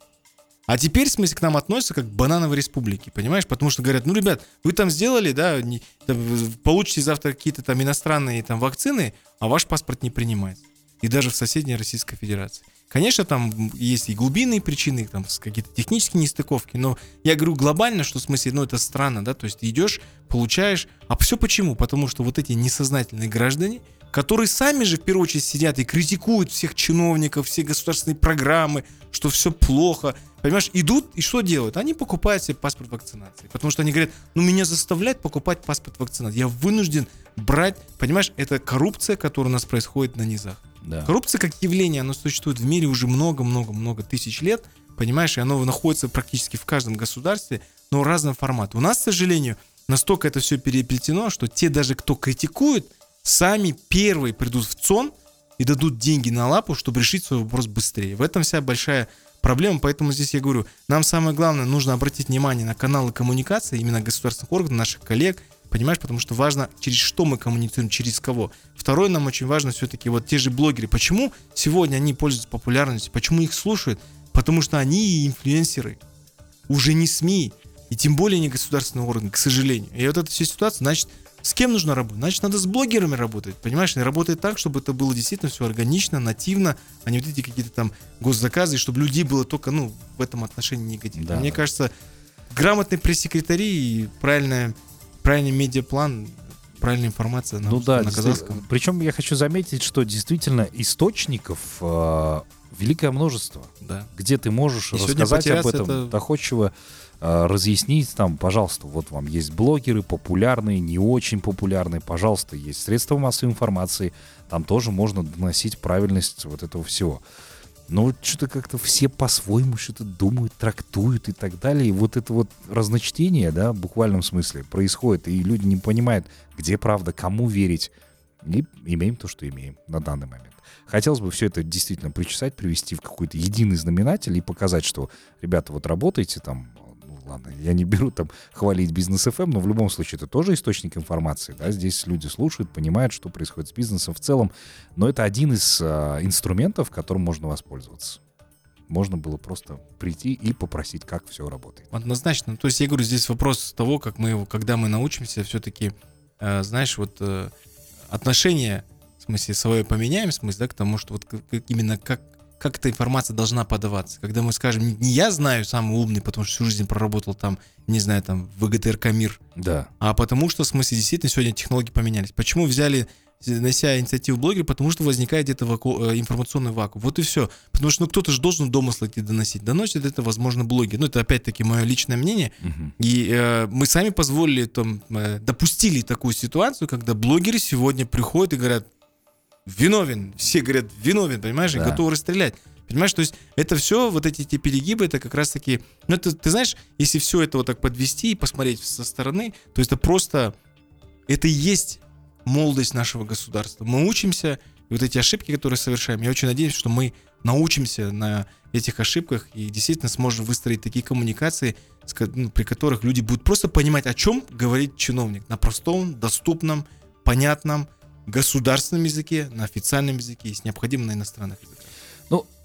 C: А теперь, в смысле, к нам относятся как к банановой республике, понимаешь? Потому что говорят, ну, ребят, вы там сделали, да, не, там, получите завтра какие-то там иностранные там вакцины, а ваш паспорт не принимается. И даже в соседней Российской Федерации. Конечно, там есть и глубинные причины, там какие-то технические нестыковки, но я говорю глобально, что в смысле, ну, это странно, да, то есть ты идешь, получаешь, а все почему? Потому что вот эти несознательные граждане, которые сами же в первую очередь сидят и критикуют всех чиновников, все государственные программы, что все плохо, понимаешь, идут и что делают? Они покупают себе паспорт вакцинации, потому что они говорят, ну меня заставляют покупать паспорт вакцинации, я вынужден брать, понимаешь, это коррупция, которая у нас происходит на низах.
B: Да.
C: Коррупция как явление, оно существует в мире уже много-много-много тысяч лет, понимаешь, и оно находится практически в каждом государстве, но в разном формате. У нас, к сожалению, настолько это все переплетено, что те даже, кто критикует, сами первые придут в ЦОН и дадут деньги на лапу, чтобы решить свой вопрос быстрее. В этом вся большая проблема, поэтому здесь я говорю, нам самое главное, нужно обратить внимание на каналы коммуникации, именно государственных органов, наших коллег, понимаешь, потому что важно, через что мы коммуницируем, через кого. Второе, нам очень важно все-таки вот те же блогеры. Почему сегодня они пользуются популярностью, почему их слушают? Потому что они инфлюенсеры, уже не СМИ, и тем более не государственные органы, к сожалению. И вот эта вся ситуация, значит, с кем нужно работать? Значит, надо с блогерами работать, понимаешь? И работать так, чтобы это было действительно все органично, нативно, а не вот эти какие-то там госзаказы, и чтобы людей было только, ну, в этом отношении негативно.
B: Да.
C: Мне кажется, грамотный пресс-секретари и правильная, правильный медиаплан, правильная информация на,
B: Ну да,
C: на казахском.
B: причем я хочу заметить, что действительно источников э, великое множество,
C: Да.
B: где ты можешь
C: И сегодня
B: рассказать об
C: потеряться
B: этом
C: это-
B: доходчиво, э, разъяснить там, пожалуйста, вот вам есть блогеры, популярные, не очень популярные, пожалуйста, есть средства массовой информации, там тоже можно доносить правильность вот этого всего. Но что-то как-то все по-своему что-то думают, трактуют и так далее. И вот это вот разночтение, да, в буквальном смысле происходит. И люди не понимают, где правда, кому верить. И имеем то, что имеем на данный момент. Хотелось бы все это действительно причесать, привести в какой-то единый знаменатель и показать, что, ребята, вот работаете там, ну ладно, я не беру там хвалить Бизнес эф эм, но в любом случае это тоже источник информации, да, здесь люди слушают, понимают, что происходит с бизнесом в целом, но это один из а, инструментов, которым можно воспользоваться. Можно было просто прийти и попросить, как все работает.
C: Однозначно. То есть я говорю, здесь вопрос того, как мы, его- когда мы научимся все-таки, э, знаешь, вот э, отношение, в смысле, свое поменяем, в смысле, да, к тому, что вот как- как именно как, как эта информация должна подаваться. Когда мы скажем, не- не я знаю, самый умный, потому что всю жизнь проработал там, не знаю, там, в ВГТРК «Мир»,
B: Да.
C: а потому что, в смысле, действительно сегодня технологии поменялись. Почему взяли на себя инициативу блогера? Потому что возникает где-то ваку... э, информационный вакуум. Вот и все. Потому что ну, кто-то же должен домыслы эти доносить. Доносит это, возможно, блогер. Ну, это опять-таки мое личное мнение.
B: Мгм.
C: И э, мы сами позволили, там, э, допустили такую ситуацию, когда блогеры сегодня приходят и говорят, виновен. Все говорят, виновен, понимаешь, и
B: Да.
C: готовы расстрелять. Понимаешь, то есть это все, вот эти, эти перегибы, это как раз-таки, ну, это, ты знаешь, если все это вот так подвести и посмотреть со стороны, то это просто, это и есть молодость нашего государства. Мы учимся, и вот эти ошибки, которые совершаем, я очень надеюсь, что мы научимся на этих ошибках и действительно сможем выстроить такие коммуникации, с ко- ну, при которых люди будут просто понимать, о чем говорит чиновник, на простом, доступном, понятном, государственном языке, на официальном языке и с необходимым на иностранных языках.
B: Ну,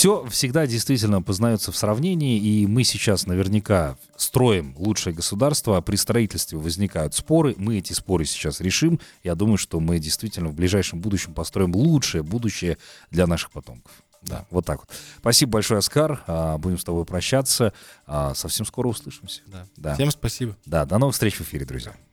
B: Все всегда действительно познается в сравнении, и мы сейчас наверняка строим лучшее государство, а при строительстве возникают споры, мы эти споры сейчас решим. Я думаю, что мы действительно в ближайшем будущем построим лучшее будущее для наших потомков. Да, вот так вот. Спасибо большое, Оскар. А, будем с тобой прощаться. А, совсем скоро услышимся.
C: Да.
B: Да.
C: Всем спасибо.
B: Да, до новых встреч в эфире, друзья.